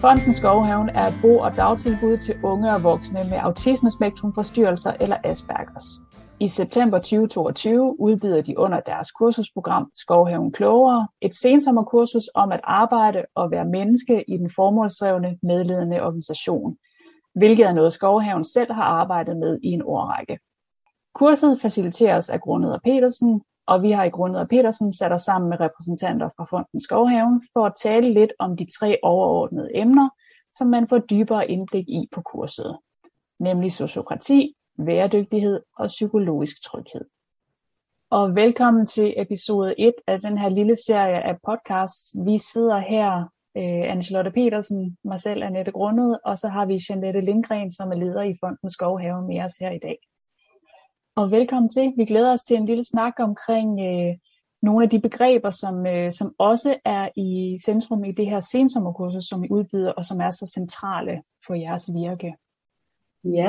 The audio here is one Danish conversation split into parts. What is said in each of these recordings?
Fonden Skovhaven er et bo- og dagtilbud til unge og voksne med autismespektrumforstyrrelser eller Aspergers. I september 2022 udbyder de under deres kursusprogram Skovhaven Klogere et sensommerkursus om at arbejde og være menneske i den formålsdrevne medledende organisation, hvilket er noget Skovhaven selv har arbejdet med i en årrække. Kurset faciliteres af Grundeder Petersen, og vi har i Grundeder Petersen sat os sammen med repræsentanter fra Fonden Skovhaven for at tale lidt om de 3 overordnede emner, som man får dybere indblik i på kurset, nemlig sociokrati, bæredygtighed og psykologisk tryghed. Og velkommen til episode 1 af den her lille serie af podcasts. Vi sidder her, Anne-Charlotte Petersen, mig selv, Annette Grundet, og så har vi Jeanette Lindgren, som er leder i Fonden Skovhaven med os her i dag. Og velkommen til. Vi glæder os til en lille snak omkring nogle af de begreber, som også er i centrum i det her sensommerkursus, som vi udbyder, og som er så centrale for jeres virke. Ja,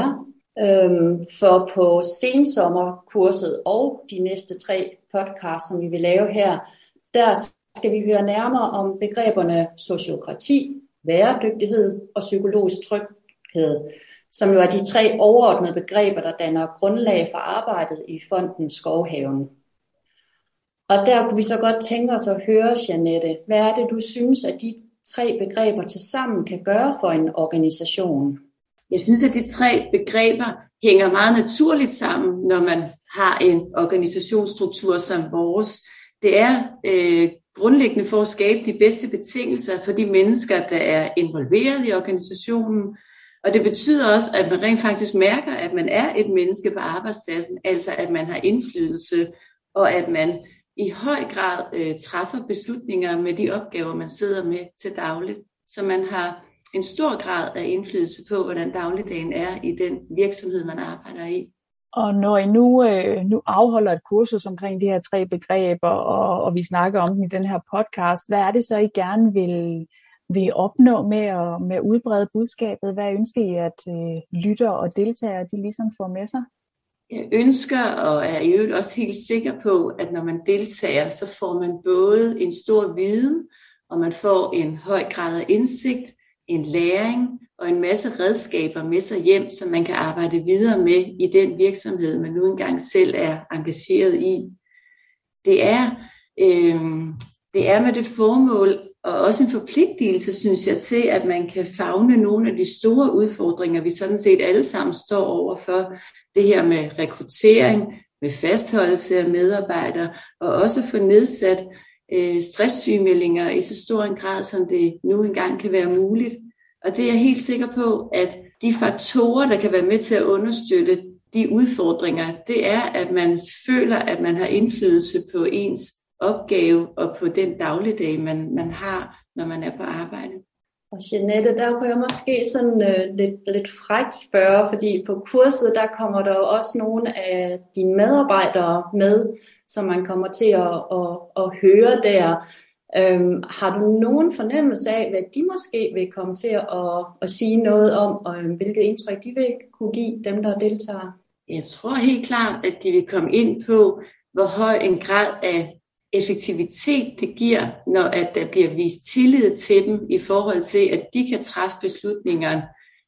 for på sensommerkurset og de næste 3 podcasts, som vi vil lave her, der skal vi høre nærmere om begreberne sociokrati, bæredygtighed og psykologisk tryghed, som jo er de 3 overordnede begreber, der danner grundlag for arbejdet i Fonden Skovhaven. Og der kunne vi så godt tænke os at høre, Jeanette, hvad er det, du synes, at de 3 begreber tilsammen kan gøre for en organisation? Jeg synes, at de 3 begreber hænger meget naturligt sammen, når man har en organisationsstruktur som vores. Det er grundlæggende for at skabe de bedste betingelser for de mennesker, der er involveret i organisationen. Og det betyder også, at man rent faktisk mærker, at man er et menneske på arbejdspladsen, altså at man har indflydelse, og at man i høj grad træffer beslutninger med de opgaver, man sidder med til dagligt. Så man har en stor grad af indflydelse på, hvordan dagligdagen er i den virksomhed, man arbejder i. Og når I nu afholder et kursus omkring de her 3 begreber, og vi snakker om dem i den her podcast, hvad er det så, I gerne vil opnå med at udbrede budskabet? Hvad ønsker I, at lyttere og deltagere de ligesom får med sig? Jeg ønsker og er i øvrigt også helt sikker på, at når man deltager, så får man både en stor viden, og man får en høj grad af indsigt, en læring og en masse redskaber med sig hjem, som man kan arbejde videre med i den virksomhed, man nu engang selv er engageret i. Det er med det formål, og også en forpligtelse, synes jeg, til, at man kan favne nogle af de store udfordringer, vi sådan set alle sammen står overfor. Det her med rekruttering, med fastholdelse af medarbejdere, og også få nedsat stresssygemeldinger i så stor en grad, som det nu engang kan være muligt. Og det er jeg helt sikker på, at de faktorer, der kan være med til at understøtte de udfordringer, det er, at man føler, at man har indflydelse på ens opgave og på den dagligdag, man har, når man er på arbejde. Og Jeanette, der kunne jeg måske sådan lidt frækt spørge, fordi på kurset, der kommer der jo også nogle af de medarbejdere med, som man kommer til at høre der. Har du nogen fornemmelse af, hvad de måske vil komme til at sige noget om, og hvilket indtryk de vil kunne give dem, der deltager? Jeg tror helt klart, at de vil komme ind på, hvor høj en grad af effektivitet det giver, når at der bliver vist tillid til dem i forhold til, at de kan træffe beslutningerne,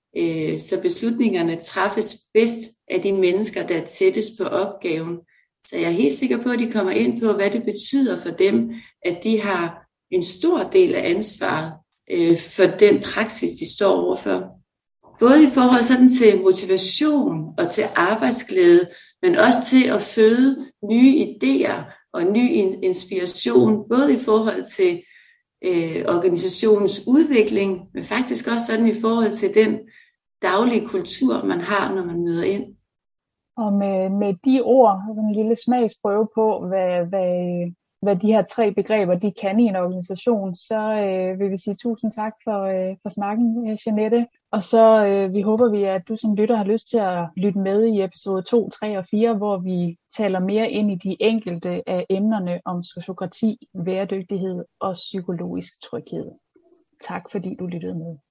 så beslutningerne træffes bedst af de mennesker, der er tættest på opgaven. Så jeg er helt sikker på, at de kommer ind på, hvad det betyder for dem, at de har en stor del af ansvaret for den praksis, de står overfor. Både i forhold sådan til motivation og til arbejdsglæde, men også til at føde nye idéer og ny inspiration, både i forhold til organisationens udvikling, men faktisk også sådan i forhold til den daglige kultur, man har, når man møder ind. Og med de ord, sådan en lille smagsprøve på, hvad de her 3 begreber de kan i en organisation, så vil vi sige tusind tak for snakken, Jeanette. Og så vi håber at du som lytter har lyst til at lytte med i episode 2, 3 og 4, hvor vi taler mere ind i de enkelte af emnerne om sociokrati, bæredygtighed og psykologisk tryghed. Tak fordi du lyttede med.